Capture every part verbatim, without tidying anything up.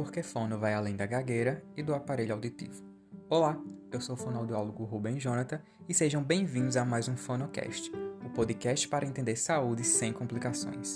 porque fono vai além da gagueira e do aparelho auditivo. Olá, eu sou o fonoaudiólogo Rubem Jonathan e sejam bem-vindos a mais um Fonocast, o podcast para entender saúde sem complicações.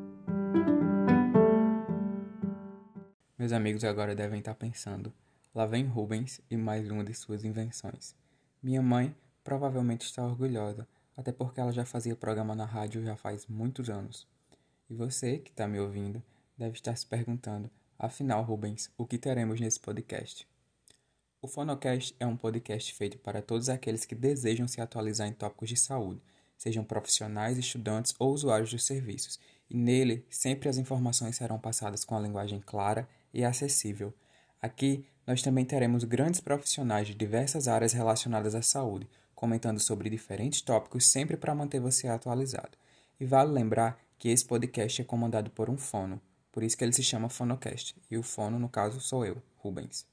Meus amigos agora devem estar pensando, lá vem Rubens e mais uma de suas invenções. Minha mãe provavelmente está orgulhosa, até porque ela já fazia programa na rádio já faz muitos anos. E você, que está me ouvindo, deve estar se perguntando, afinal, Rubens, o que teremos nesse podcast? O Fonocast é um podcast feito para todos aqueles que desejam se atualizar em tópicos de saúde, sejam profissionais, estudantes ou usuários dos serviços, e nele sempre as informações serão passadas com a linguagem clara e acessível. Aqui, nós também teremos grandes profissionais de diversas áreas relacionadas à saúde, comentando sobre diferentes tópicos sempre para manter você atualizado. E vale lembrar que esse podcast é comandado por um fono, por isso que ele se chama Fonocast, e o fono, no caso, sou eu, Rubens.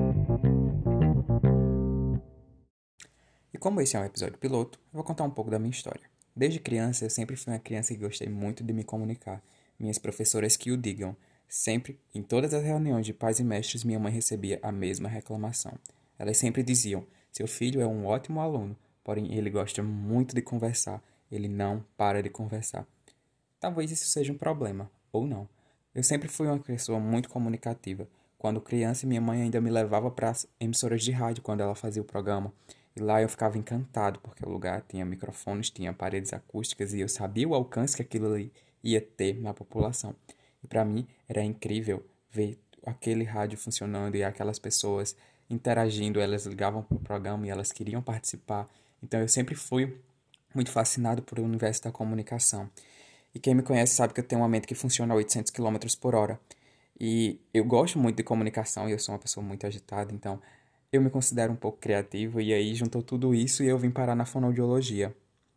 E como esse é um episódio piloto, eu vou contar um pouco da minha história. Desde criança, eu sempre fui uma criança que gostei muito de me comunicar. Minhas professoras que o digam. Sempre, em todas as reuniões de pais e mestres, minha mãe recebia a mesma reclamação. Elas sempre diziam, seu filho é um ótimo aluno, porém ele gosta muito de conversar, ele não para de conversar. Talvez isso seja um problema, ou não. Eu sempre fui uma pessoa muito comunicativa. Quando criança, minha mãe ainda me levava para as emissoras de rádio quando ela fazia o programa. E lá eu ficava encantado, porque o lugar tinha microfones, tinha paredes acústicas e eu sabia o alcance que aquilo ali ia ter na população. E para mim era incrível ver aquele rádio funcionando e aquelas pessoas interagindo, elas ligavam para o programa e elas queriam participar. Então eu sempre fui muito fascinado por o universo da comunicação. E quem me conhece sabe que eu tenho uma mente que funciona a oitocentos quilômetros por hora. E eu gosto muito de comunicação e eu sou uma pessoa muito agitada, então eu me considero um pouco criativo e aí juntou tudo isso e eu vim parar na fonoaudiologia.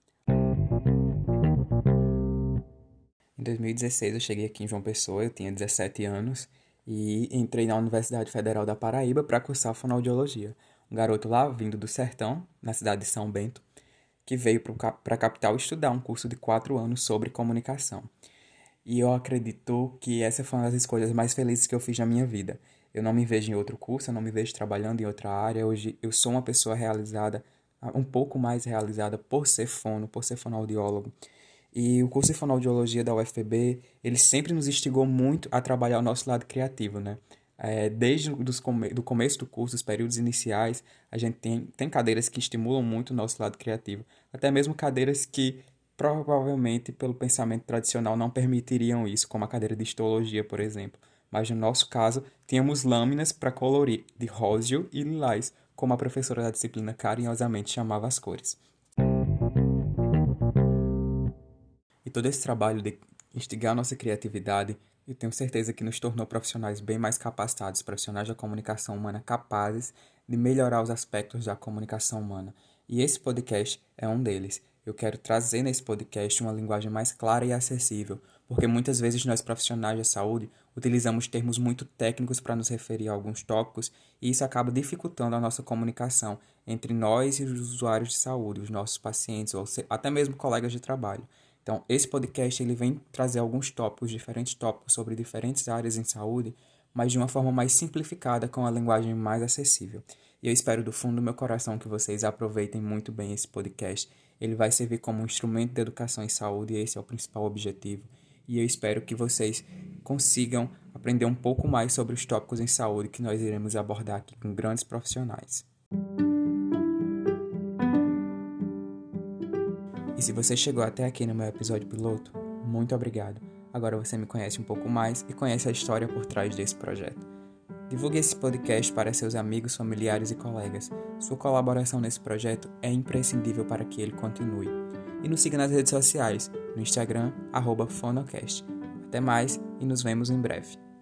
Em dois mil e dezesseis eu cheguei aqui em João Pessoa, eu tinha dezessete anos e entrei na Universidade Federal da Paraíba para cursar fonoaudiologia. Um garoto lá vindo do sertão, na cidade de São Bento, que veio para a capital estudar um curso de quatro anos sobre comunicação. E eu acredito que essa foi uma das escolhas mais felizes que eu fiz na minha vida. Eu não me vejo em outro curso, eu não me vejo trabalhando em outra área. Hoje eu sou uma pessoa realizada, um pouco mais realizada por ser fono, por ser fonoaudiólogo. E o curso de fonoaudiologia da U F P B, ele sempre nos instigou muito a trabalhar o nosso lado criativo, né? É, desde o come- do começo do curso, os períodos iniciais, a gente tem, tem cadeiras que estimulam muito o nosso lado criativo. Até mesmo cadeiras que provavelmente, pelo pensamento tradicional, não permitiriam isso, como a cadeira de histologia, por exemplo. Mas no nosso caso, tínhamos lâminas para colorir de róseo e lilás, como a professora da disciplina carinhosamente chamava as cores. E todo esse trabalho de instigar a nossa criatividade, eu tenho certeza que nos tornou profissionais bem mais capacitados, profissionais da comunicação humana capazes de melhorar os aspectos da comunicação humana. E esse podcast é um deles. Eu quero trazer nesse podcast uma linguagem mais clara e acessível, porque muitas vezes nós profissionais da saúde utilizamos termos muito técnicos para nos referir a alguns tópicos e isso acaba dificultando a nossa comunicação entre nós e os usuários de saúde, os nossos pacientes ou até mesmo colegas de trabalho. Então, esse podcast ele vem trazer alguns tópicos, diferentes tópicos sobre diferentes áreas em saúde, mas de uma forma mais simplificada, com a linguagem mais acessível. E eu espero do fundo do meu coração que vocês aproveitem muito bem esse podcast. Ele vai servir como um instrumento de educação em saúde e esse é o principal objetivo. E eu espero que vocês consigam aprender um pouco mais sobre os tópicos em saúde que nós iremos abordar aqui com grandes profissionais. E se você chegou até aqui no meu episódio piloto, muito obrigado. Agora você me conhece um pouco mais e conhece a história por trás desse projeto. Divulgue esse podcast para seus amigos, familiares e colegas. Sua colaboração nesse projeto é imprescindível para que ele continue. E nos siga nas redes sociais, no Instagram, arroba Fonocast. Até mais e nos vemos em breve.